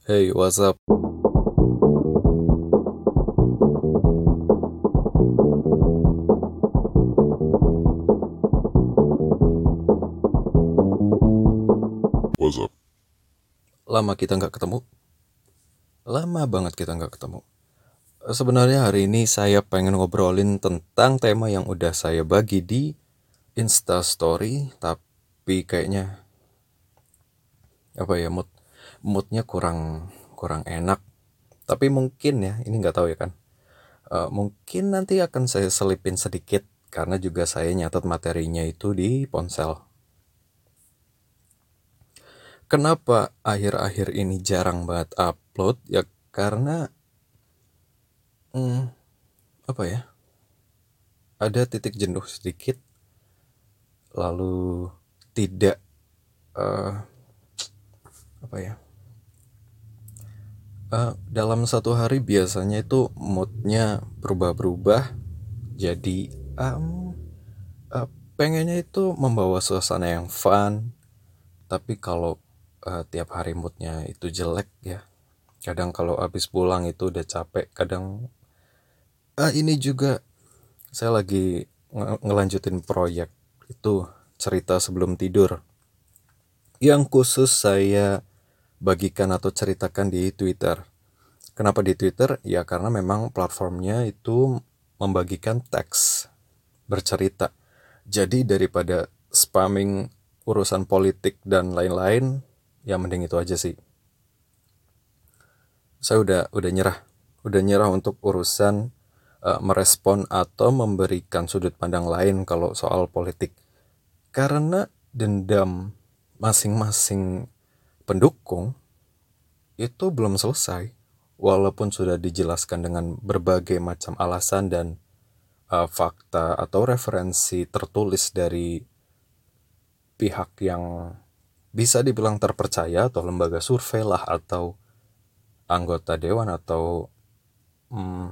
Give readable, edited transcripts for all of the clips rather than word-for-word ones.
Hey, what's up? What's up? Lama kita nggak ketemu? Lama banget kita nggak ketemu. Sebenarnya hari ini saya pengen ngobrolin tentang tema yang udah saya bagi di Insta Story, tapi kayaknya apa ya moodnya kurang kurang enak. Tapi mungkin ya, ini nggak tahu ya kan. Mungkin nanti akan saya selipin sedikit karena juga saya nyatat materinya itu di ponsel. Kenapa akhir-akhir ini jarang banget upload? Ya karena hmm, apa ya? Ada titik jenuh sedikit, lalu tidak eh, apa ya? Dalam satu hari biasanya itu moodnya berubah-berubah. Jadi eh, pengennya itu membawa suasana yang fun. Tapi kalau tiap hari moodnya itu jelek ya. Kadang kalau habis pulang itu udah capek. Kadang ini juga saya lagi ngelanjutin proyek itu cerita sebelum tidur yang khusus saya bagikan atau ceritakan di Twitter. Kenapa di Twitter? Ya karena memang platformnya itu membagikan teks bercerita. Jadi daripada spamming urusan politik dan lain-lain, ya mending itu aja sih. Saya udah nyerah untuk urusan merespon atau memberikan sudut pandang lain kalau soal politik. Karena dendam masing-masing pendukung itu belum selesai. Walaupun sudah dijelaskan dengan berbagai macam alasan dan fakta atau referensi tertulis dari pihak yang bisa dibilang terpercaya atau lembaga survei lah atau anggota dewan atau hmm,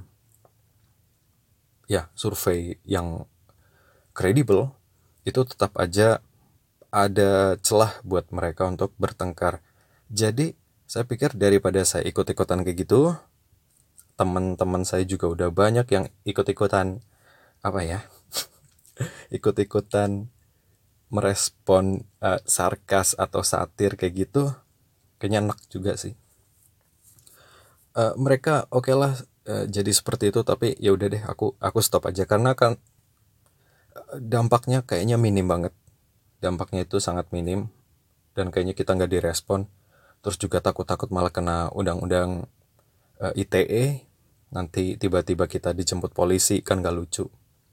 ya survei yang kredibel, itu tetap aja ada celah buat mereka untuk bertengkar. Jadi saya pikir daripada saya ikut-ikutan kayak gitu, teman-teman saya juga udah banyak yang ikut-ikutan apa ya, ikut-ikutan merespon sarkas atau satir kayak gitu, kayaknya enak juga sih. Mereka oke lah jadi seperti itu, tapi ya udah deh aku stop aja karena kan dampaknya kayaknya minim banget. Dampaknya itu sangat minim dan kayaknya kita nggak direspon. Terus juga takut-takut malah kena undang-undang ITE, nanti tiba-tiba kita dijemput polisi, kan nggak lucu.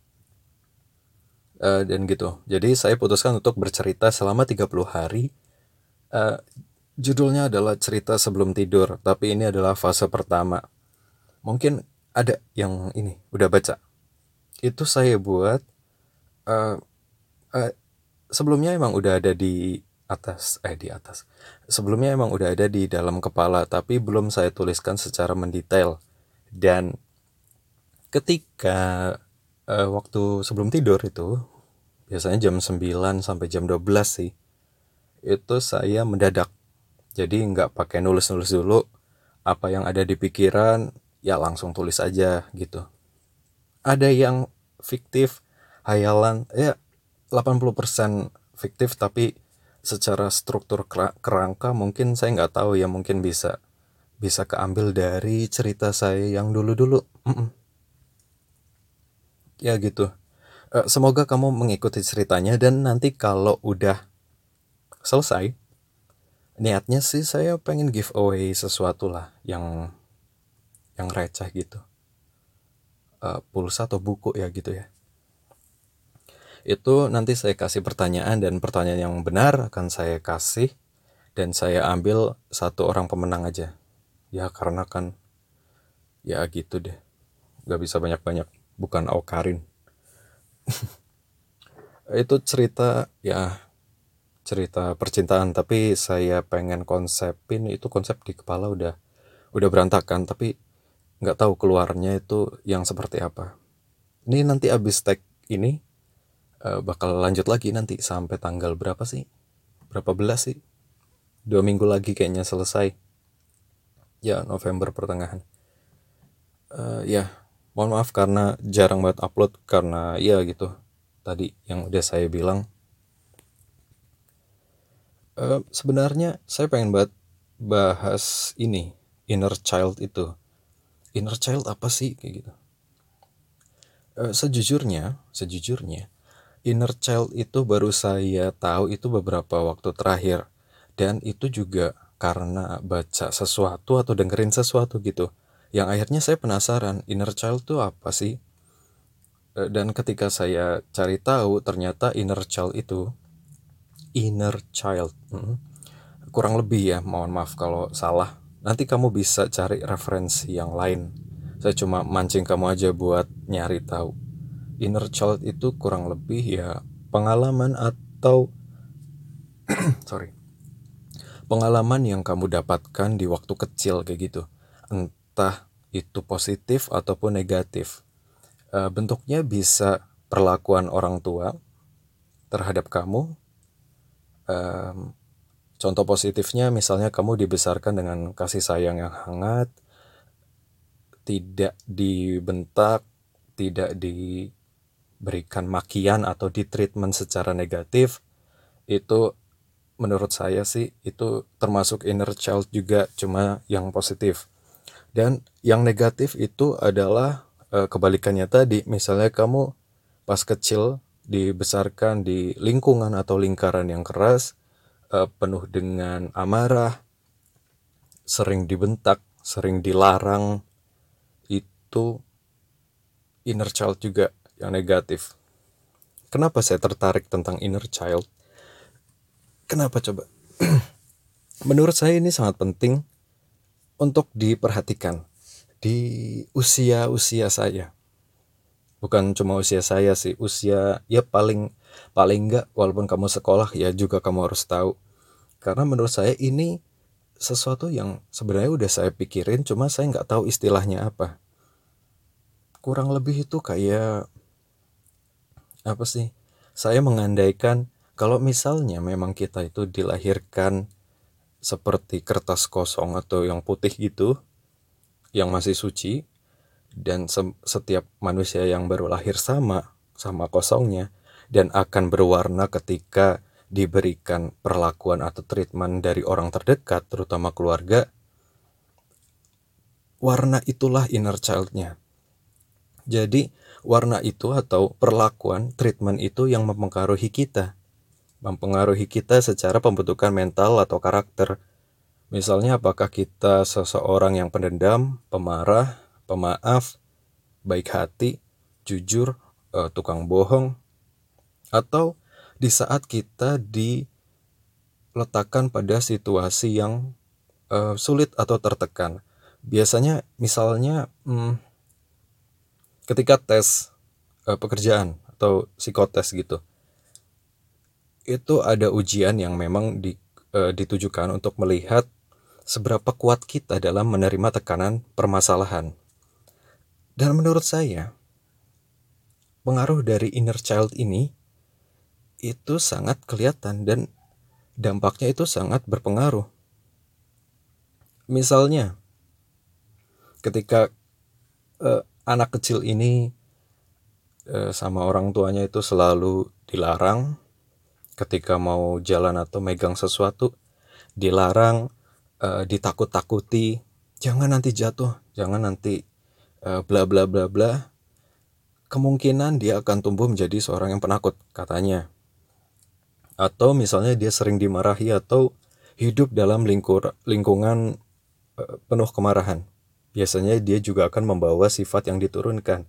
Dan gitu. Jadi saya putuskan untuk bercerita selama 30 hari. Eh, Judulnya adalah cerita sebelum tidur, tapi ini adalah fase pertama. Mungkin ada yang ini udah baca. Itu saya buat eh, eh, sebelumnya emang udah ada di atas. Sebelumnya emang udah ada di dalam kepala, tapi belum saya tuliskan secara mendetail. Dan ketika waktu sebelum tidur itu biasanya jam 9 sampai jam 12 sih. Itu saya mendadak. Jadi nggak pakai nulis-nulis dulu, apa yang ada di pikiran ya langsung tulis aja gitu. Ada yang fiktif, hayalan, ya 80% fiktif, tapi secara struktur kerangka mungkin saya nggak tahu ya, mungkin bisa bisa keambil dari cerita saya yang dulu-dulu. Ya gitu. Semoga kamu mengikuti ceritanya dan nanti kalau udah selesai, niatnya sih saya pengen giveaway sesuatu lah yang receh gitu. Pulsa atau buku ya gitu ya. Itu nanti saya kasih pertanyaan dan pertanyaan yang benar akan saya kasih dan saya ambil satu orang pemenang aja. Ya karena kan ya gitu deh. Gak bisa banyak-banyak. Bukan Aukarin. Itu cerita ya cerita percintaan, tapi saya pengen konsepin itu, konsep di kepala udah berantakan, tapi nggak tahu keluarnya itu yang seperti apa. Ini nanti abis tag ini bakal lanjut lagi nanti sampai tanggal berapa sih? Berapa belas sih? 2 minggu lagi kayaknya selesai. Ya, November pertengahan. Ya, mohon maaf karena jarang banget upload karena ya gitu. Tadi yang udah saya bilang. Sebenarnya saya pengen banget bahas ini, inner child itu. Inner child apa sih kayak gitu? Sejujurnya, inner child itu baru saya tahu itu beberapa waktu terakhir. Dan itu juga karena baca sesuatu atau dengerin sesuatu gitu. Yang akhirnya saya penasaran, inner child itu apa sih? Dan ketika saya cari tahu, ternyata inner child, kurang lebih ya, mohon maaf kalau salah. Nanti kamu bisa cari referensi yang lain. Saya cuma mancing kamu aja buat nyari tahu. Inner child itu kurang lebih ya pengalaman atau sorry, pengalaman yang kamu dapatkan di waktu kecil kayak gitu. Entah itu positif ataupun negatif. Bentuknya bisa perlakuan orang tua terhadap kamu. Contoh positifnya misalnya kamu dibesarkan dengan kasih sayang yang hangat, tidak dibentak, tidak diberikan makian atau ditreatment secara negatif. Itu menurut saya sih itu termasuk inner child juga, cuma yang positif. Dan yang negatif itu adalah kebalikannya tadi. Misalnya kamu pas kecil dibesarkan di lingkungan atau lingkaran yang keras, penuh dengan amarah, sering dibentak, sering dilarang, itu inner child juga yang negatif. Kenapa saya tertarik tentang inner child? Kenapa coba? Menurut saya ini sangat penting untuk diperhatikan di usia-usia saya. Bukan cuma usia saya sih, usia ya paling paling enggak walaupun kamu sekolah ya juga kamu harus tahu. Karena menurut saya ini sesuatu yang sebenarnya udah saya pikirin, cuma saya nggak tahu istilahnya apa. Kurang lebih itu kayak apa sih? Saya mengandaikan kalau misalnya memang kita itu dilahirkan seperti kertas kosong atau yang putih gitu, yang masih suci, dan setiap manusia yang baru lahir sama kosongnya dan akan berwarna ketika diberikan perlakuan atau treatment dari orang terdekat, terutama keluarga. Warna itulah inner child-nya. Jadi warna itu atau perlakuan treatment itu yang mempengaruhi kita secara pembentukan mental atau karakter. Misalnya apakah kita seseorang yang pendendam, pemarah, pemaaf, baik hati, jujur, tukang bohong, atau di saat kita diletakkan pada situasi yang sulit atau tertekan. Biasanya misalnya ketika tes pekerjaan atau psikotes gitu, itu ada ujian yang memang ditujukan untuk melihat seberapa kuat kita dalam menerima tekanan permasalahan. Dan menurut saya, pengaruh dari inner child ini itu sangat kelihatan dan dampaknya itu sangat berpengaruh. Misalnya, ketika anak kecil ini sama orang tuanya itu selalu dilarang, ketika mau jalan atau megang sesuatu, dilarang, ditakut-takuti, jangan nanti jatuh, jangan nanti bla bla bla bla, kemungkinan dia akan tumbuh menjadi seorang yang penakut katanya. Atau misalnya dia sering dimarahi atau hidup dalam lingkungan penuh kemarahan. Biasanya dia juga akan membawa sifat yang diturunkan.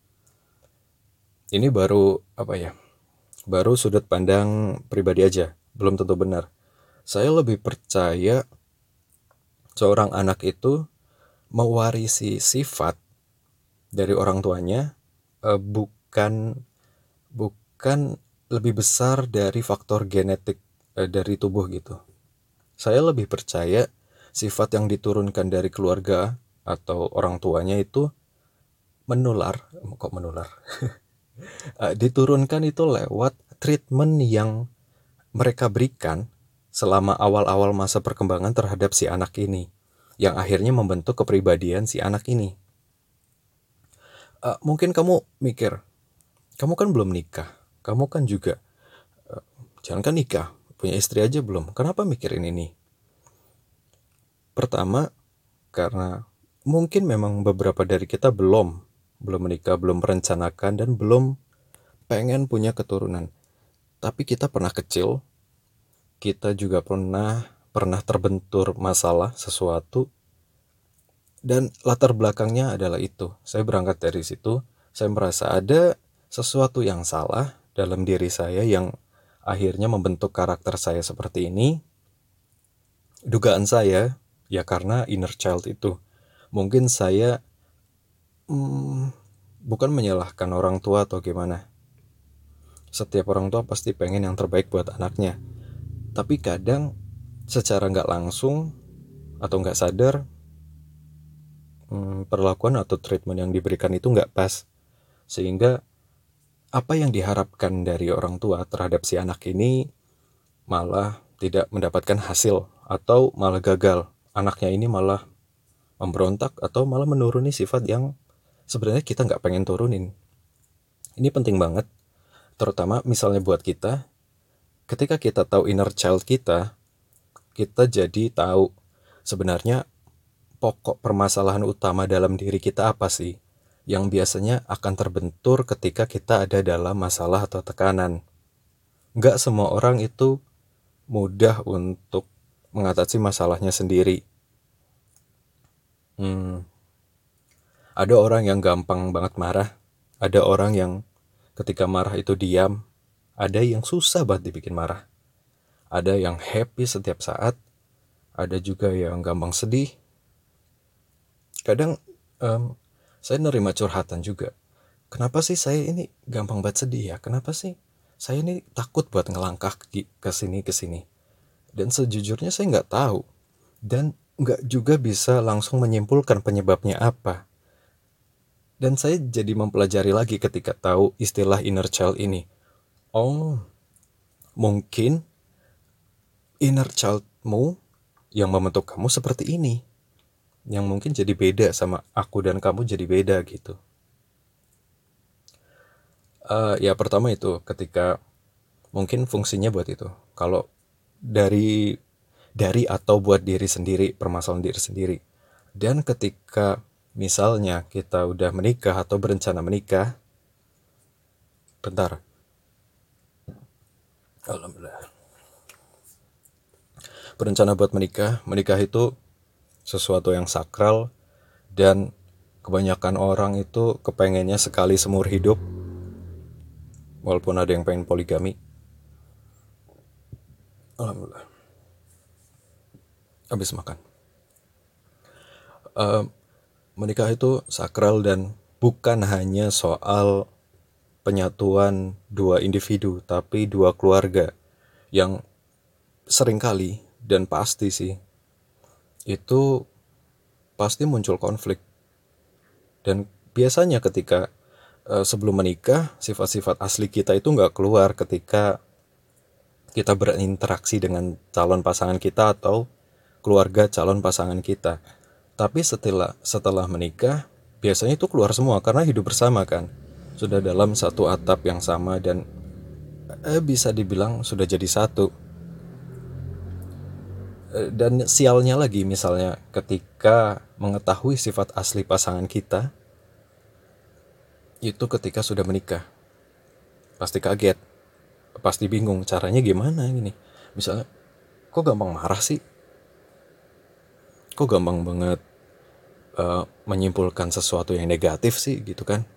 Ini baru apa ya? Baru sudut pandang pribadi aja, belum tentu benar. Saya lebih percaya seorang anak itu mewarisi sifat dari orang tuanya, bukan bukan lebih besar dari faktor genetik dari tubuh gitu. Saya lebih percaya sifat yang diturunkan dari keluarga atau orang tuanya itu menular, kok menular? Diturunkan itu lewat treatment yang mereka berikan selama awal-awal masa perkembangan terhadap si anak ini. yang akhirnya membentuk kepribadian si anak ini. Mungkin kamu mikir, kamu kan belum nikah, kamu kan juga jangan kan nikah, punya istri aja belum, kenapa mikirin ini? Pertama, karena mungkin memang beberapa dari kita belum menikah, belum merencanakan, dan belum pengen punya keturunan. Tapi kita pernah kecil, kita juga pernah terbentur masalah sesuatu, dan latar belakangnya adalah itu. Saya berangkat dari situ, saya merasa ada sesuatu yang salah dalam diri saya yang akhirnya membentuk karakter saya seperti ini. Dugaan saya, ya karena inner child itu. Mungkin saya bukan menyalahkan orang tua atau gimana. Setiap orang tua pasti pengen yang terbaik buat anaknya. Tapi kadang secara nggak langsung atau nggak sadar, perlakuan atau treatment yang diberikan itu nggak pas. Sehingga apa yang diharapkan dari orang tua terhadap si anak ini malah tidak mendapatkan hasil atau malah gagal. Anaknya ini malah memberontak atau malah menuruni sifat yang sebenarnya kita nggak pengen turunin. Ini penting banget, terutama misalnya buat kita. Ketika kita tahu inner child kita jadi tahu sebenarnya pokok permasalahan utama dalam diri kita apa sih, yang biasanya akan terbentur ketika kita ada dalam masalah atau tekanan. Nggak semua orang itu mudah untuk mengatasi masalahnya sendiri. Ada orang yang gampang banget marah, ada orang yang ketika marah itu diam, ada yang susah banget dibikin marah, ada yang happy setiap saat, ada juga yang gampang sedih. Kadang saya nerima curhatan juga. Kenapa sih saya ini gampang banget sedih ya? Kenapa sih saya ini takut buat ngelangkah ke sini? Dan sejujurnya saya nggak tahu. Dan nggak juga bisa langsung menyimpulkan penyebabnya apa. Dan saya jadi mempelajari lagi ketika tahu istilah inner child ini. Oh, mungkin inner childmu yang membentuk kamu seperti ini. Yang mungkin jadi beda sama aku dan kamu jadi beda gitu. Ya pertama itu ketika mungkin fungsinya buat itu. Kalau dari atau buat diri sendiri, permasalahan diri sendiri. Dan ketika misalnya kita udah menikah atau berencana menikah, bentar. Alhamdulillah. Berencana buat menikah itu sesuatu yang sakral, dan kebanyakan orang itu kepengennya sekali seumur hidup, walaupun ada yang pengen poligami. Alhamdulillah. Habis makan. Menikah itu sakral dan bukan hanya soal penyatuan dua individu, tapi dua keluarga yang seringkali dan pasti sih itu pasti muncul konflik. Dan biasanya ketika sebelum menikah, sifat-sifat asli kita itu nggak keluar ketika kita berinteraksi dengan calon pasangan kita atau keluarga calon pasangan kita. Tapi setelah menikah, biasanya itu keluar semua karena hidup bersama kan. Sudah dalam satu atap yang sama dan bisa dibilang sudah jadi satu. Dan sialnya lagi misalnya ketika mengetahui sifat asli pasangan kita, itu ketika sudah menikah. Pasti kaget, pasti bingung caranya gimana gini. Misalnya, kok gampang marah sih? Kok gampang banget menyimpulkan sesuatu yang negatif sih gitu kan?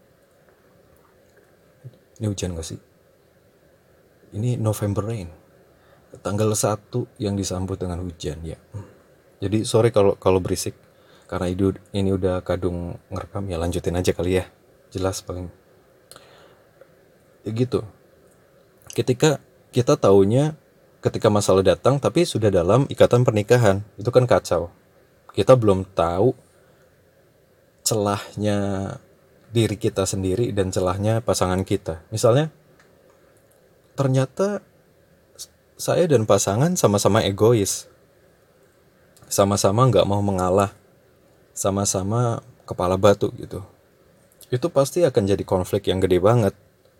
Ini hujan gak sih? Ini November Rain. Tanggal 1 yang disambut dengan hujan ya. Jadi sorry kalau berisik, karena ini udah kadung ngerekam, ya lanjutin aja kali ya. Jelas paling. Ya gitu. Ketika kita taunya ketika masalah datang tapi sudah dalam ikatan pernikahan, itu kan kacau. Kita belum tahu celahnya diri kita sendiri dan celahnya pasangan kita. Misalnya, ternyata saya dan pasangan sama-sama egois. sama-sama nggak mau mengalah, sama-sama kepala batu gitu. Itu pasti akan jadi konflik yang gede banget.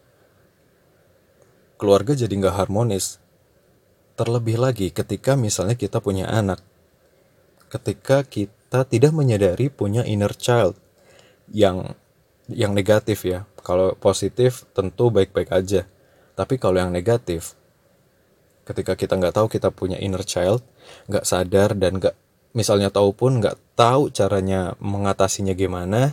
Keluarga jadi nggak harmonis. Terlebih lagi ketika misalnya kita punya anak. Ketika kita tidak menyadari punya inner child yang negatif ya. Kalau positif tentu baik-baik aja. Tapi kalau yang negatif, ketika kita nggak tahu kita punya inner child, nggak sadar dan nggak, misalnya tahu pun nggak tahu caranya mengatasinya gimana,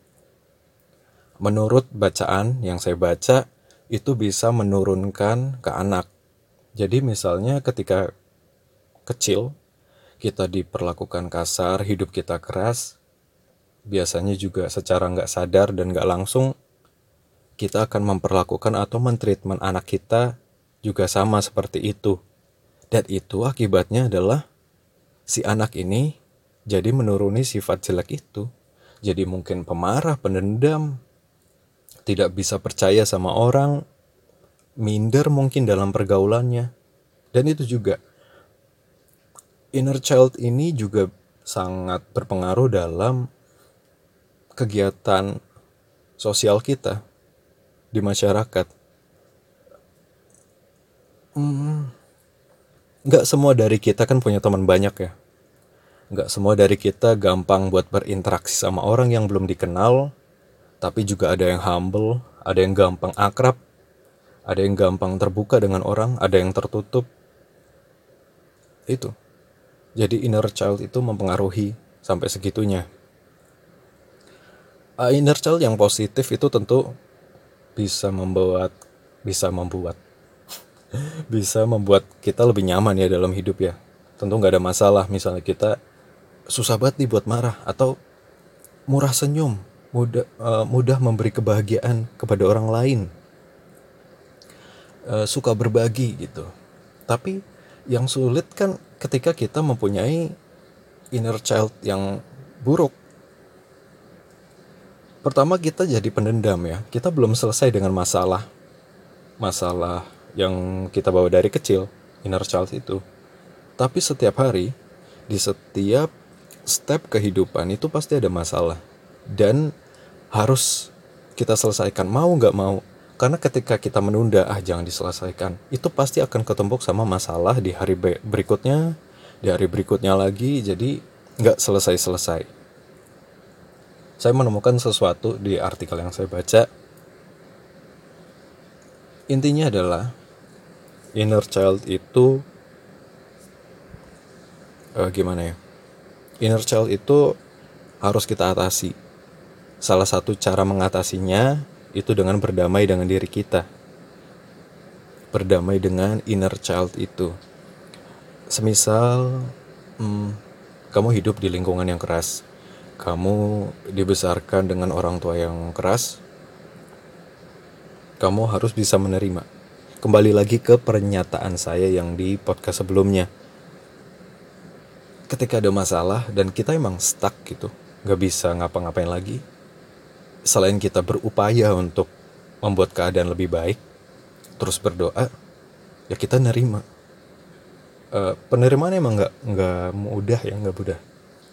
menurut bacaan yang saya baca, itu bisa menurunkan ke anak. Jadi misalnya ketika kecil, kita diperlakukan kasar, hidup kita keras, biasanya juga secara nggak sadar dan nggak langsung, kita akan memperlakukan atau mentreatment anak kita juga sama seperti itu. Dan itu akibatnya adalah si anak ini jadi menuruni sifat jelek itu. Jadi mungkin pemarah, pendendam, tidak bisa percaya sama orang, minder mungkin dalam pergaulannya. Dan itu juga, inner child ini juga sangat berpengaruh dalam kegiatan sosial kita di masyarakat. Nggak semua dari kita kan punya teman banyak ya. Nggak semua dari kita gampang buat berinteraksi sama orang yang belum dikenal. Tapi juga ada yang humble, ada yang gampang akrab, ada yang gampang terbuka dengan orang, ada yang tertutup. Itu. Jadi inner child itu mempengaruhi sampai segitunya. Inner child yang positif itu tentu bisa membuat bisa membuat kita lebih nyaman ya dalam hidup ya. Tentu nggak ada masalah misalnya kita susah banget nih buat marah, atau murah senyum, mudah memberi kebahagiaan kepada orang lain, suka berbagi gitu. Tapi yang sulit kan ketika kita mempunyai inner child yang buruk. Pertama, kita jadi pendendam ya. Kita belum selesai dengan masalah yang kita bawa dari kecil, inner child itu. Tapi setiap hari, di setiap step kehidupan itu pasti ada masalah. Dan harus kita selesaikan, mau nggak mau. Karena ketika kita menunda, jangan diselesaikan, itu pasti akan ketumpuk sama masalah di hari berikutnya, di hari berikutnya lagi, jadi nggak selesai-selesai. Saya menemukan sesuatu di artikel yang saya baca. Intinya adalah inner child itu gimana ya? Inner child itu harus kita atasi. Salah satu cara mengatasinya itu dengan berdamai dengan diri kita. Berdamai dengan inner child itu. Semisal kamu hidup di lingkungan yang keras, kamu dibesarkan dengan orang tua yang keras, kamu harus bisa menerima. Kembali lagi ke pernyataan saya yang di podcast sebelumnya. Ketika ada masalah dan kita emang stuck gitu, gak bisa ngapa-ngapain lagi, selain kita berupaya untuk membuat keadaan lebih baik, terus berdoa, ya kita nerima. Penerimaan emang nggak mudah ya, nggak mudah.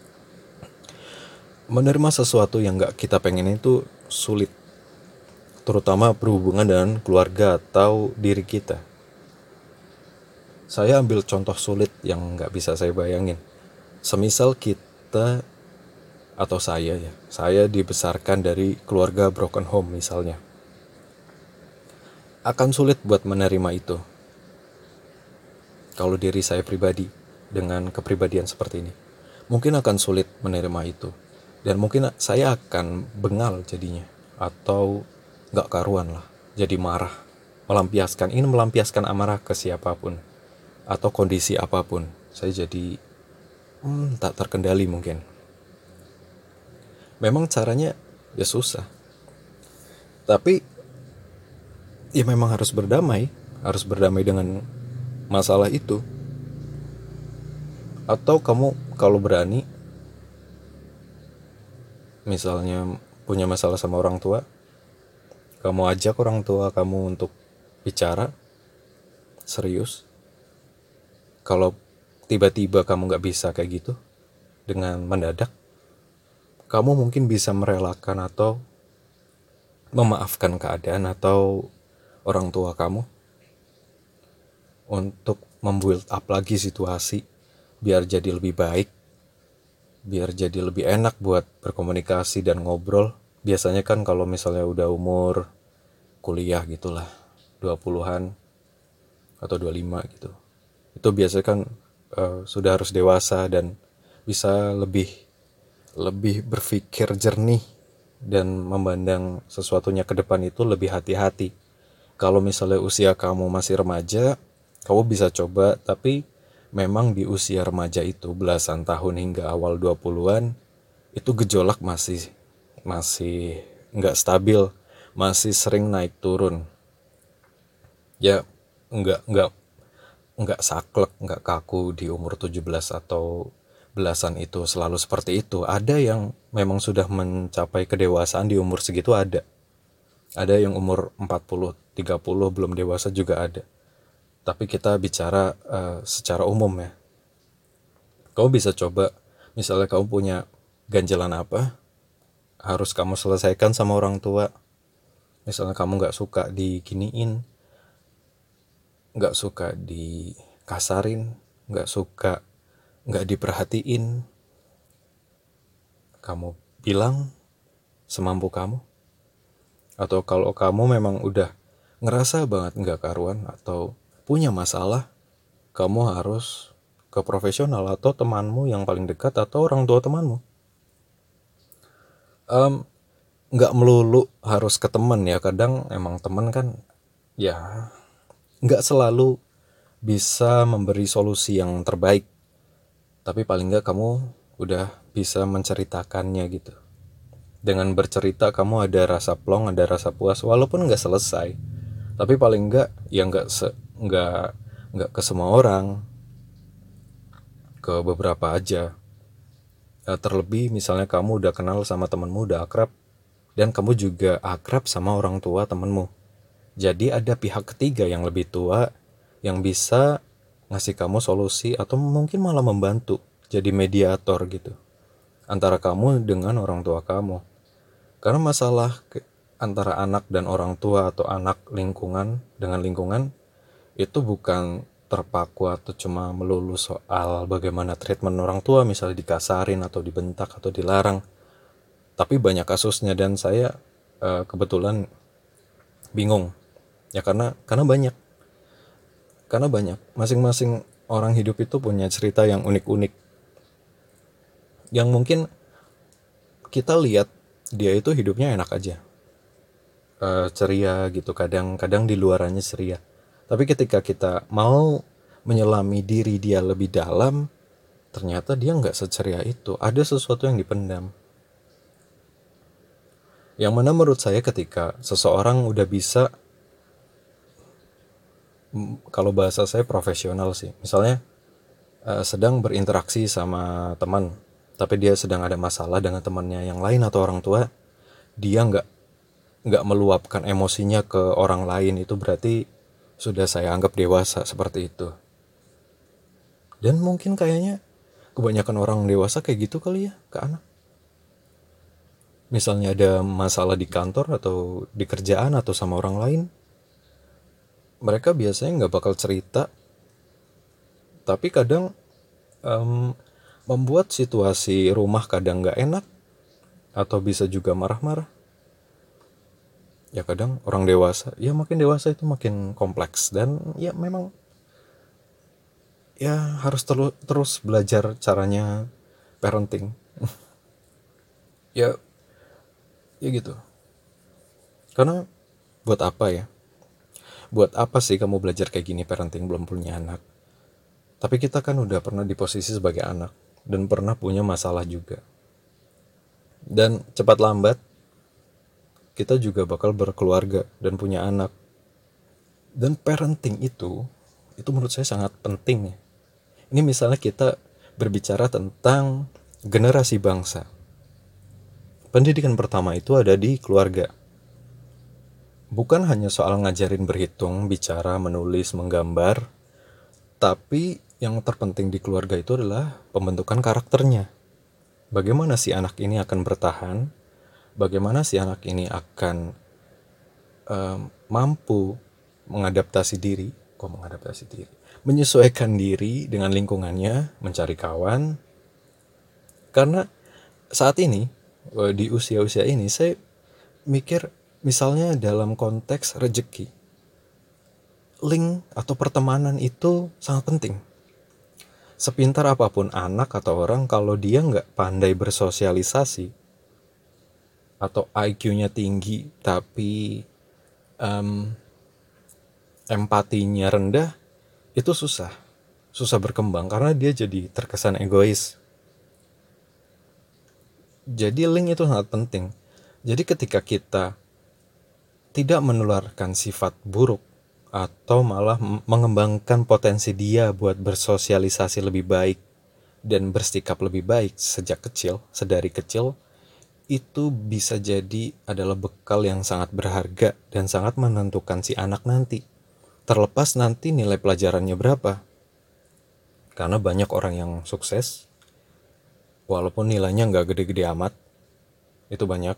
Menerima sesuatu yang nggak kita pengen itu sulit, terutama berhubungan dengan keluarga atau diri kita. Saya ambil contoh sulit yang nggak bisa saya bayangin. Semisal kita atau saya dibesarkan dari keluarga broken home misalnya. Akan sulit buat menerima itu. Kalau diri saya pribadi dengan kepribadian seperti ini, mungkin akan sulit menerima itu. Dan mungkin saya akan bengal jadinya, atau gak karuan lah, jadi marah, ingin melampiaskan amarah ke siapapun, atau kondisi apapun. Saya jadi tak terkendali mungkin. Memang caranya ya susah, tapi ya memang harus berdamai dengan masalah itu. Atau kamu kalau berani, misalnya punya masalah sama orang tua, kamu ajak orang tua kamu untuk bicara serius. Kalau tiba-tiba kamu gak bisa kayak gitu, dengan mendadak, kamu mungkin bisa merelakan atau memaafkan keadaan atau orang tua kamu untuk membuild up lagi situasi biar jadi lebih baik, biar jadi lebih enak buat berkomunikasi dan ngobrol. Biasanya kan kalau misalnya udah umur kuliah gitulah, 20-an atau 25 gitu. Itu biasanya kan sudah harus dewasa dan bisa lebih berpikir jernih dan memandang sesuatunya ke depan itu lebih hati-hati. Kalau misalnya usia kamu masih remaja, kamu bisa coba, tapi memang di usia remaja itu belasan tahun hingga awal 20-an itu gejolak masih nggak stabil, masih sering naik turun. Ya nggak saklek, nggak kaku di umur 17 atau belasan itu selalu seperti itu. Ada yang memang sudah mencapai kedewasaan di umur segitu ada. Ada yang umur 40, 30 belum dewasa juga ada. Tapi kita bicara secara umum ya. Kamu bisa coba, misalnya kamu punya ganjalan apa, harus kamu selesaikan sama orang tua. Misalnya kamu nggak suka diginiin, nggak suka dikasarin, nggak diperhatiin, kamu bilang semampu kamu. Atau kalau kamu memang udah ngerasa banget nggak karuan atau punya masalah, kamu harus ke profesional atau temanmu yang paling dekat atau orang tua temanmu. Nggak melulu harus ke teman ya, kadang emang teman kan ya nggak selalu bisa memberi solusi yang terbaik, tapi paling nggak kamu udah bisa menceritakannya gitu. Dengan bercerita kamu ada rasa plong, ada rasa puas, walaupun nggak selesai, tapi paling nggak ya nggak ke semua orang, ke beberapa aja. Terlebih misalnya kamu udah kenal sama temenmu, udah akrab, dan kamu juga akrab sama orang tua temenmu. Jadi ada pihak ketiga yang lebih tua yang bisa ngasih kamu solusi atau mungkin malah membantu jadi mediator gitu antara kamu dengan orang tua kamu. Karena masalah antara anak dan orang tua atau anak lingkungan dengan lingkungan itu bukan terpaku atau cuma melulu soal bagaimana treatment orang tua, misalnya dikasarin atau dibentak atau dilarang. Tapi banyak kasusnya dan saya kebetulan bingung. Ya karena banyak. Masing-masing orang hidup itu punya cerita yang unik-unik. Yang mungkin kita lihat dia itu hidupnya enak aja. Ceria gitu, kadang-kadang di luarannya ceria. Tapi ketika kita mau menyelami diri dia lebih dalam, ternyata dia nggak seceria itu. Ada sesuatu yang dipendam. Yang mana menurut saya ketika seseorang udah bisa, kalau bahasa saya profesional sih, misalnya sedang berinteraksi sama teman, tapi dia sedang ada masalah dengan temannya yang lain atau orang tua, dia nggak meluapkan emosinya ke orang lain, itu berarti sudah saya anggap dewasa seperti itu. Dan mungkin kayaknya kebanyakan orang dewasa kayak gitu kali ya ke anak. Misalnya ada masalah di kantor atau di kerjaan atau sama orang lain, mereka biasanya nggak bakal cerita, tapi kadang membuat situasi rumah kadang nggak enak atau bisa juga marah-marah. Ya kadang orang dewasa, ya makin dewasa itu makin kompleks dan ya memang ya harus terus belajar caranya parenting. ya ya gitu. Karena buat apa ya? Buat apa sih kamu belajar kayak gini parenting belum punya anak? Tapi kita kan udah pernah di posisi sebagai anak dan pernah punya masalah juga. Dan cepat lambat kita juga bakal berkeluarga dan punya anak. Dan parenting itu menurut saya sangat penting ya. Ini misalnya kita berbicara tentang generasi bangsa. Pendidikan pertama itu ada di keluarga. Bukan hanya soal ngajarin berhitung, bicara, menulis, menggambar, tapi yang terpenting di keluarga itu adalah pembentukan karakternya. bagaimana si anak ini akan bertahan, bagaimana si anak ini akan mampu menyesuaikan diri dengan lingkungannya, mencari kawan. Karena saat ini, di usia-usia ini, saya mikir misalnya dalam konteks rezeki, link atau pertemanan itu sangat penting. Sepintar apapun anak atau orang, kalau dia nggak pandai bersosialisasi atau IQ-nya tinggi tapi empatinya rendah, itu susah berkembang karena dia jadi terkesan egois. Jadi link itu sangat penting. Jadi ketika kita tidak menularkan sifat buruk atau malah mengembangkan potensi dia buat bersosialisasi lebih baik dan bersikap lebih baik sejak kecil, sedari kecil, itu bisa jadi adalah bekal yang sangat berharga dan sangat menentukan si anak nanti. Terlepas nanti nilai pelajarannya berapa. Karena banyak orang yang sukses, walaupun nilainya nggak gede-gede amat, itu banyak.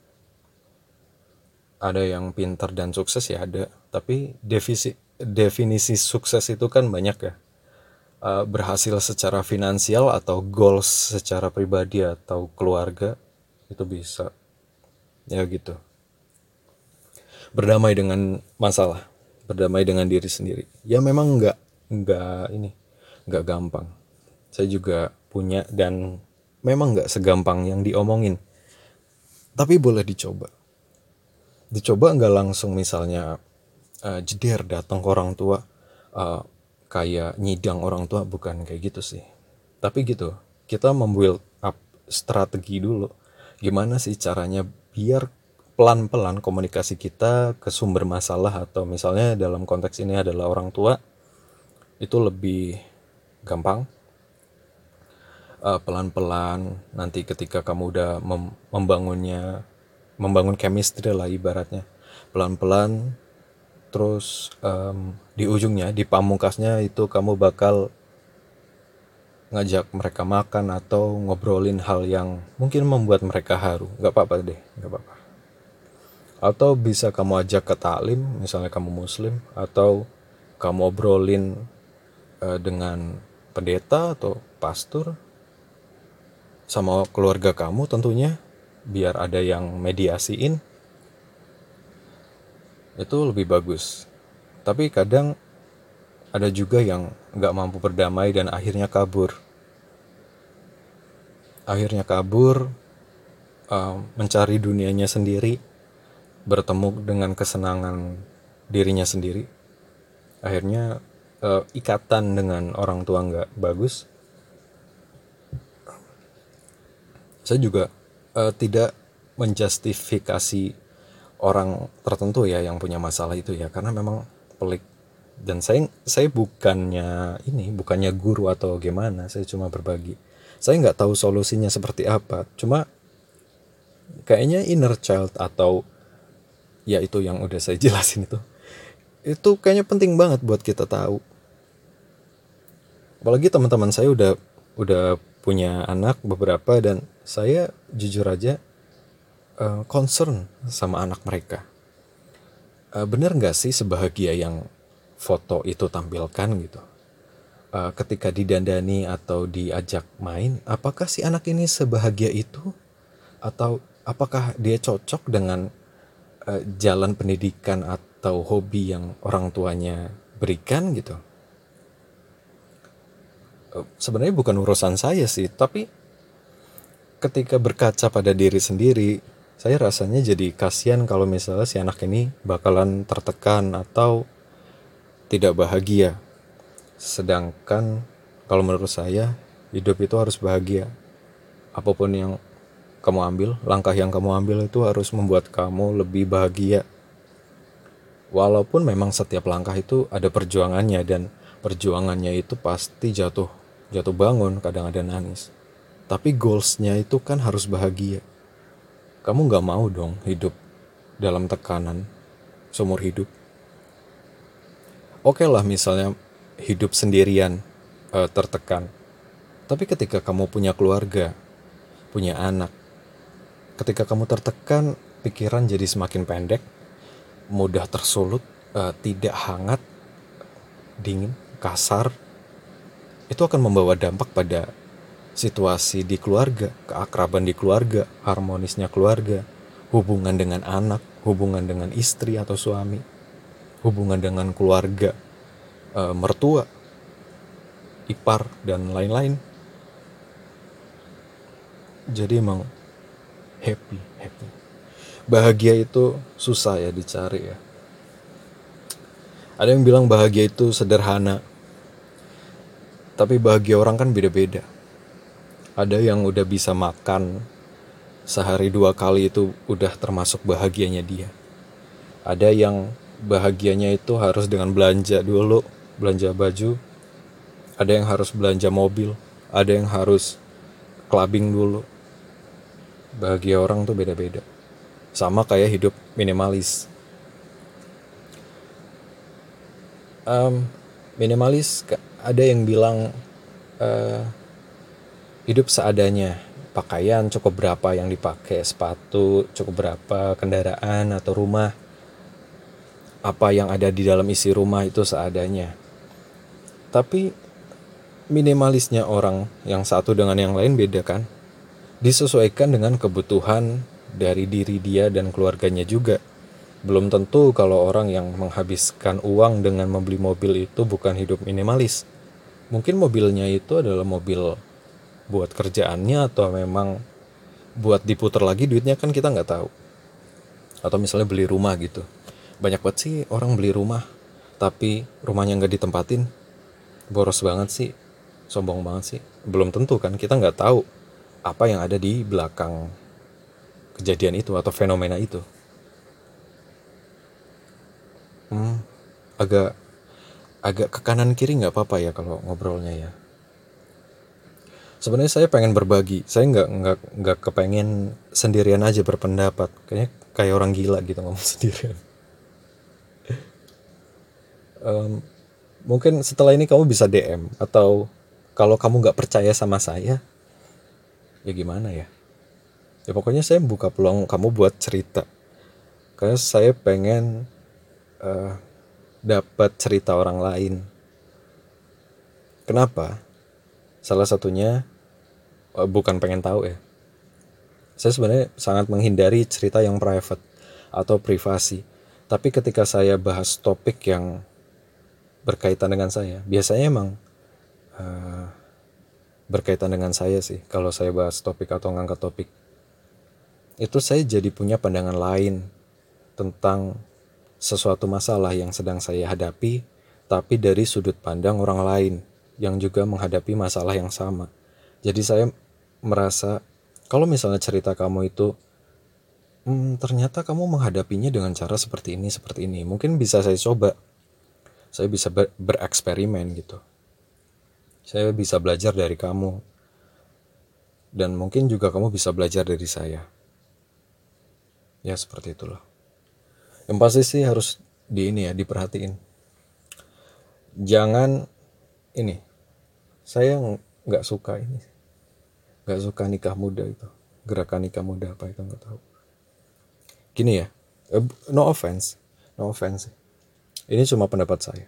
Ada yang pintar dan sukses ya ada, tapi definisi sukses itu kan banyak ya. Berhasil secara finansial atau goals secara pribadi atau keluarga, itu bisa. Ya gitu. Berdamai dengan masalah, berdamai dengan diri sendiri. Ya memang nggak gampang. Saya juga punya dan memang nggak segampang yang diomongin. Tapi boleh dicoba. Dicoba nggak langsung misalnya jeder datang ke orang tua, kayak nyidang orang tua, bukan kayak gitu sih. Tapi gitu, kita membuild up strategi dulu. Gimana sih caranya biar pelan-pelan komunikasi kita ke sumber masalah, atau misalnya dalam konteks ini adalah orang tua, itu lebih gampang. Pelan-pelan nanti ketika kamu udah membangun chemistry lah ibaratnya, pelan-pelan. Terus di ujungnya, di pamungkasnya itu kamu bakal ngajak mereka makan atau ngobrolin hal yang mungkin membuat mereka haru. Gak apa-apa deh, gak apa-apa. Atau bisa kamu ajak ke taklim, misalnya kamu muslim, atau kamu obrolin dengan pendeta atau pastor sama keluarga kamu tentunya, biar ada yang mediasiin. Itu lebih bagus. Tapi kadang ada juga yang gak mampu berdamai dan akhirnya kabur. Mencari dunianya sendiri, bertemu dengan kesenangan dirinya sendiri. Akhirnya ikatan dengan orang tua gak bagus. Saya juga tidak menjustifikasi orang tertentu ya yang punya masalah itu ya, karena memang pelik. Dan saya bukannya guru atau gimana, saya cuma berbagi. Saya nggak tahu solusinya seperti apa, cuma kayaknya inner child atau ya itu yang udah saya jelasin itu kayaknya penting banget buat kita tahu. Apalagi teman-teman saya udah punya anak beberapa, dan saya jujur aja concern sama anak mereka. Bener nggak sih sebahagia yang foto itu tampilkan gitu? Ketika didandani atau diajak main, apakah si anak ini sebahagia itu? Atau apakah dia cocok dengan jalan pendidikan atau hobi yang orang tuanya berikan gitu? Sebenarnya bukan urusan saya sih, tapi ketika berkaca pada diri sendiri, saya rasanya jadi kasihan kalau misalnya si anak ini bakalan tertekan atau tidak bahagia. Sedangkan kalau menurut saya, hidup itu harus bahagia. Apapun yang kamu ambil, langkah yang kamu ambil itu harus membuat kamu lebih bahagia. Walaupun memang setiap langkah itu ada perjuangannya, dan perjuangannya itu pasti jatuh bangun, kadang ada nangis. Tapi goalsnya itu kan harus bahagia. Kamu gak mau dong hidup dalam tekanan seumur hidup. Oke lah misalnya hidup sendirian tertekan. Tapi ketika kamu punya keluarga, punya anak. Ketika kamu tertekan, pikiran jadi semakin pendek, mudah tersulut, tidak hangat, dingin, kasar. Itu akan membawa dampak pada situasi di keluarga, keakraban di keluarga, harmonisnya keluarga, hubungan dengan anak, hubungan dengan istri atau suami, hubungan dengan keluarga, mertua, ipar, dan lain-lain. Jadi emang happy. Bahagia itu susah ya dicari ya. Ada yang bilang bahagia itu sederhana, tapi bahagia orang kan beda-beda. Ada yang udah bisa makan sehari 2 kali itu udah termasuk bahagianya dia. Ada yang bahagianya itu harus dengan belanja dulu, belanja baju. Ada yang harus belanja mobil, ada yang harus clubbing dulu. Bahagia orang tuh beda-beda. Sama kayak hidup minimalis. Minimalis ada yang bilang hidup seadanya. Pakaian cukup berapa yang dipakai, sepatu cukup berapa, kendaraan atau rumah, apa yang ada di dalam isi rumah itu seadanya. Tapi minimalisnya orang yang satu dengan yang lain beda kan. Disesuaikan dengan kebutuhan dari diri dia dan keluarganya juga. Belum tentu kalau orang yang menghabiskan uang dengan membeli mobil itu bukan hidup minimalis. Mungkin mobilnya itu adalah mobil buat kerjaannya atau memang buat diputar lagi duitnya, kan kita nggak tahu. Atau misalnya beli rumah gitu. Banyak banget sih orang beli rumah tapi rumahnya nggak ditempatin. Boros banget sih, sombong banget sih. Belum tentu kan, kita nggak tahu apa yang ada di belakang kejadian itu atau fenomena itu. Agak ke kanan kiri nggak apa-apa ya kalau ngobrolnya ya. Sebenarnya saya pengen berbagi, saya nggak kepengen sendirian aja berpendapat. Kayaknya kayak orang gila gitu ngomong sendirian. Mungkin setelah ini kamu bisa DM, atau kalau kamu nggak percaya sama saya, ya gimana ya? Ya pokoknya saya buka peluang kamu buat cerita. Karena saya pengen dapat cerita orang lain. Kenapa? Salah satunya bukan pengen tahu ya. Saya sebenarnya sangat menghindari cerita yang private atau privasi. Tapi ketika saya bahas topik yang berkaitan dengan saya, biasanya emang berkaitan dengan saya sih. Kalau saya bahas topik atau ngangkat topik, itu saya jadi punya pandangan lain tentang sesuatu masalah yang sedang saya hadapi, tapi dari sudut pandang orang lain yang juga menghadapi masalah yang sama. Jadi saya merasa kalau misalnya cerita kamu itu ternyata kamu menghadapinya dengan cara seperti ini, mungkin bisa saya coba. Saya bisa bereksperimen gitu. Saya bisa belajar dari kamu. Dan mungkin juga kamu bisa belajar dari saya. Ya seperti itulah. Yang pasti sih harus diperhatiin. Jangan ini. Saya nggak suka ini. Nggak suka nikah muda itu. Gerakan nikah muda apa itu nggak tahu. Gini ya. No offense. Ini cuma pendapat saya.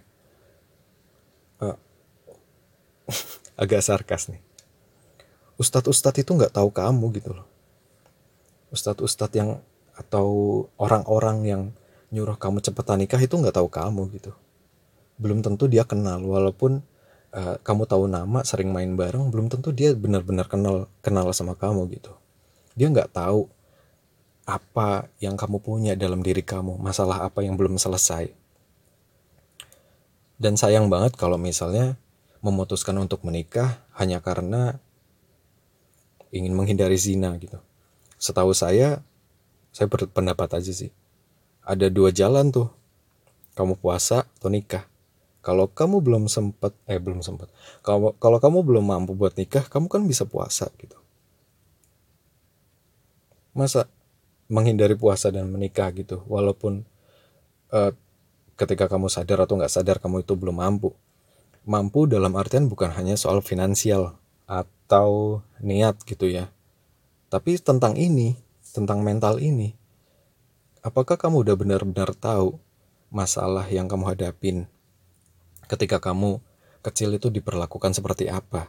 Agak sarkas nih. Ustadz itu nggak tahu kamu gitu loh. Ustadz yang atau orang-orang yang nyuruh kamu cepetan nikah itu nggak tahu kamu gitu. Belum tentu dia kenal, walaupun kamu tahu nama, sering main bareng, belum tentu dia benar-benar kenal sama kamu gitu. Dia nggak tahu apa yang kamu punya dalam diri kamu, masalah apa yang belum selesai. Dan sayang banget kalau misalnya memutuskan untuk menikah hanya karena ingin menghindari zina gitu. Setahu saya berpendapat aja sih, ada 2 jalan tuh, kamu puasa atau nikah. Kalau kamu belum sempat, kalau kamu belum mampu buat nikah, kamu kan bisa puasa gitu. Masa menghindari puasa dan menikah gitu, walaupun ketika kamu sadar atau nggak sadar kamu itu belum mampu. Dalam artian bukan hanya soal finansial atau niat gitu ya. Tapi tentang mental ini, apakah kamu udah benar-benar tahu masalah yang kamu hadapin ketika kamu kecil itu diperlakukan seperti apa?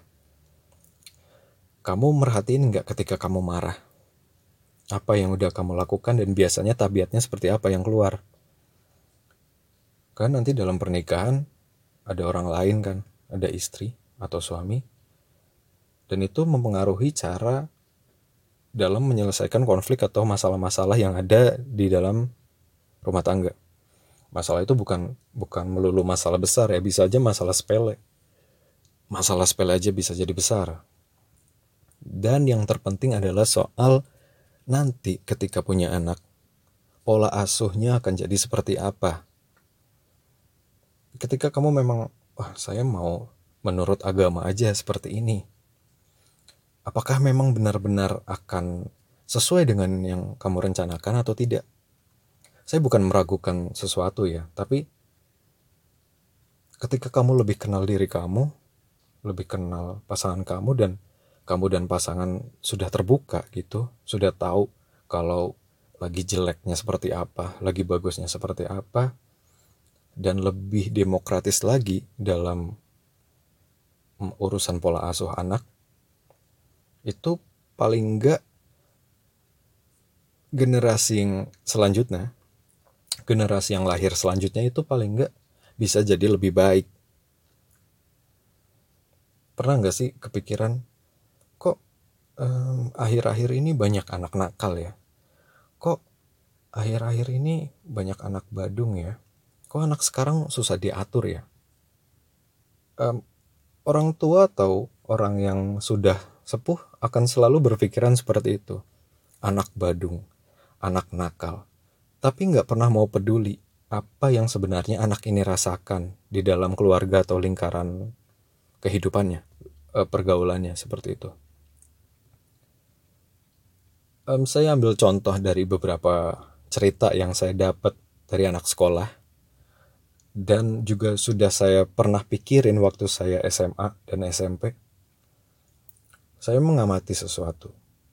Kamu merhatiin nggak ketika kamu marah? Apa yang udah kamu lakukan dan biasanya tabiatnya seperti apa yang keluar? Kan nanti dalam pernikahan ada orang lain kan, ada istri atau suami, dan itu mempengaruhi cara dalam menyelesaikan konflik atau masalah-masalah yang ada di dalam rumah tangga. Masalah itu bukan melulu masalah besar ya, bisa aja masalah sepele. Masalah sepele aja bisa jadi besar. Dan yang terpenting adalah soal nanti ketika punya anak, pola asuhnya akan jadi seperti apa. Ketika kamu memang, saya mau menurut agama aja seperti ini, apakah memang benar-benar akan sesuai dengan yang kamu rencanakan atau tidak? Saya bukan meragukan sesuatu ya, tapi ketika kamu lebih kenal diri kamu, lebih kenal pasangan kamu dan pasangan sudah terbuka gitu, sudah tahu kalau lagi jeleknya seperti apa, lagi bagusnya seperti apa, dan lebih demokratis lagi dalam urusan pola asuh anak, itu paling enggak generasi yang lahir selanjutnya itu paling enggak bisa jadi lebih baik. Pernah nggak sih kepikiran, kok akhir-akhir ini banyak anak nakal ya? Kok akhir-akhir ini banyak anak badung ya? Kok anak sekarang susah diatur ya? Orang tua atau orang yang sudah sepuh akan selalu berpikiran seperti itu. Anak badung, anak nakal. Tapi nggak pernah mau peduli apa yang sebenarnya anak ini rasakan di dalam keluarga atau lingkaran kehidupannya, pergaulannya seperti itu. Saya ambil contoh dari beberapa cerita yang saya dapat dari anak sekolah, dan juga sudah saya pernah pikirin waktu saya SMA dan SMP. Saya mengamati sesuatu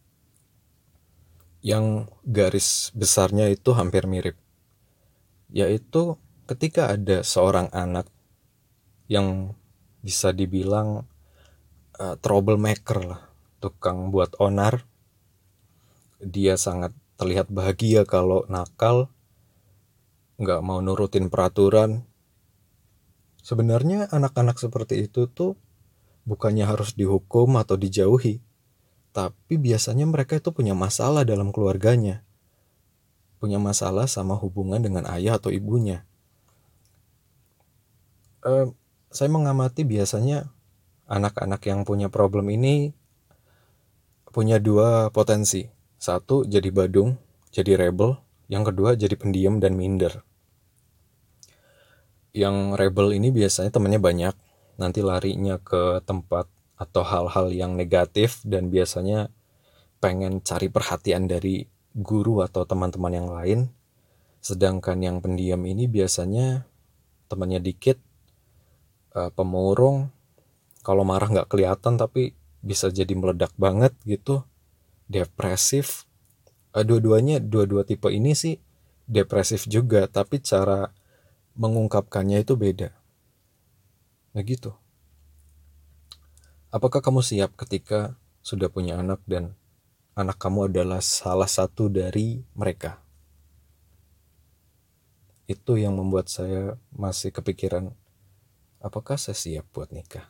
yang garis besarnya itu hampir mirip, yaitu ketika ada seorang anak yang bisa dibilang troublemaker lah, tukang buat onar. Dia sangat terlihat bahagia kalau nakal, nggak mau nurutin peraturan. Sebenarnya anak-anak seperti itu tuh bukannya harus dihukum atau dijauhi, tapi biasanya mereka itu punya masalah dalam keluarganya, punya masalah sama hubungan dengan ayah atau ibunya. Saya mengamati biasanya anak-anak yang punya problem ini punya dua potensi. Satu, jadi badung, jadi rebel. Yang kedua, jadi pendiam dan minder. Yang rebel ini biasanya temannya banyak, nanti larinya ke tempat atau hal-hal yang negatif, dan biasanya pengen cari perhatian dari guru atau teman-teman yang lain. Sedangkan yang pendiam ini biasanya temannya dikit, pemurung, kalau marah nggak kelihatan tapi bisa jadi meledak banget gitu, depresif. Dua tipe ini sih depresif juga, tapi cara mengungkapkannya itu beda. Nah gitu. Apakah kamu siap ketika sudah punya anak dan anak kamu adalah salah satu dari mereka? Itu yang membuat saya masih kepikiran, apakah saya siap buat nikah?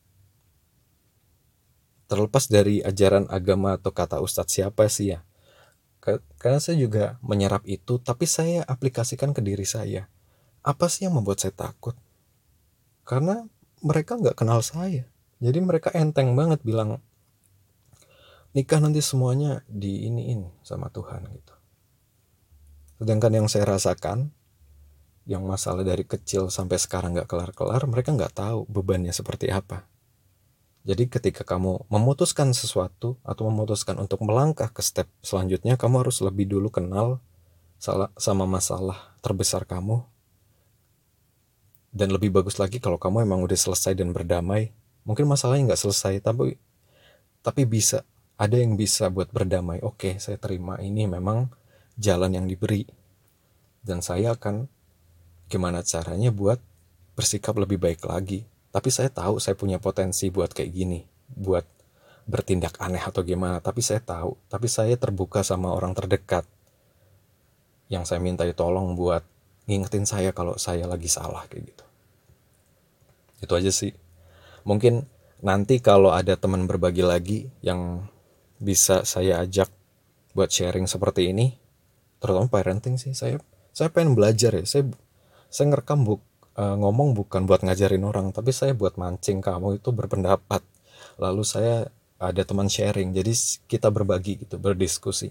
Terlepas dari ajaran agama atau kata ustadz siapa sih ya, karena saya juga menyerap itu, tapi saya aplikasikan ke diri saya. Apa sih yang membuat saya takut? Karena mereka nggak kenal saya, jadi mereka enteng banget bilang nikah nanti semuanya diiniin sama Tuhan gitu. Sedangkan yang saya rasakan, yang masalah dari kecil sampai sekarang nggak kelar-kelar, mereka nggak tahu bebannya seperti apa. Jadi ketika kamu memutuskan sesuatu atau memutuskan untuk melangkah ke step selanjutnya, kamu harus lebih dulu kenal sama masalah terbesar kamu. Dan lebih bagus lagi kalau kamu emang udah selesai dan berdamai. Mungkin masalahnya nggak selesai, tapi bisa ada yang bisa buat berdamai. Oke, saya terima ini memang jalan yang diberi, dan saya akan gimana caranya buat bersikap lebih baik lagi. Tapi saya tahu saya punya potensi buat kayak gini, buat bertindak aneh atau gimana. Tapi saya tahu, tapi saya terbuka sama orang terdekat yang saya minta tolong buat ngingetin saya kalau saya lagi salah kayak gitu. Itu aja sih. Mungkin nanti kalau ada teman berbagi lagi yang bisa saya ajak buat sharing seperti ini, terutama parenting sih, saya pengen belajar ya. Saya ngerekam ngomong bukan buat ngajarin orang, tapi saya buat mancing kamu itu berpendapat. Lalu saya ada teman sharing, jadi kita berbagi gitu, berdiskusi.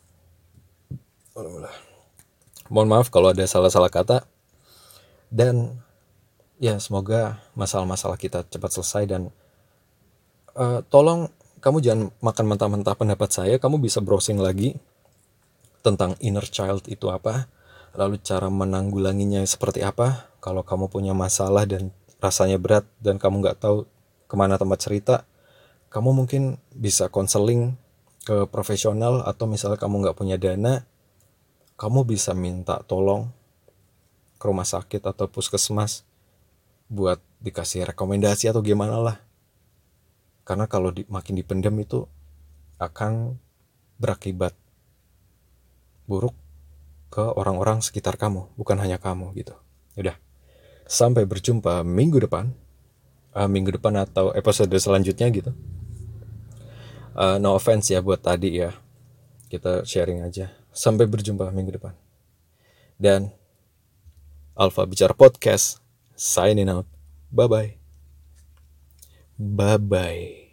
Mohon maaf kalau ada salah-salah kata, dan ya semoga masalah-masalah kita cepat selesai. Dan tolong kamu jangan makan mentah-mentah pendapat saya. Kamu bisa browsing lagi tentang inner child itu apa, lalu cara menanggulanginya seperti apa. Kalau kamu punya masalah dan rasanya berat dan kamu nggak tahu kemana tempat cerita, kamu mungkin bisa konseling ke profesional. Atau misalnya kamu nggak punya dana, kamu bisa minta tolong ke rumah sakit atau puskesmas buat dikasih rekomendasi atau gimana lah. Karena kalau makin dipendam itu akan berakibat buruk ke orang-orang sekitar kamu, bukan hanya kamu gitu. Udah, sampai berjumpa minggu depan. Minggu depan atau episode selanjutnya gitu. No offense ya buat tadi ya, kita sharing aja. Sampai berjumpa minggu depan. Dan Alpha Bicara Podcast signing out. Bye bye. Bye bye.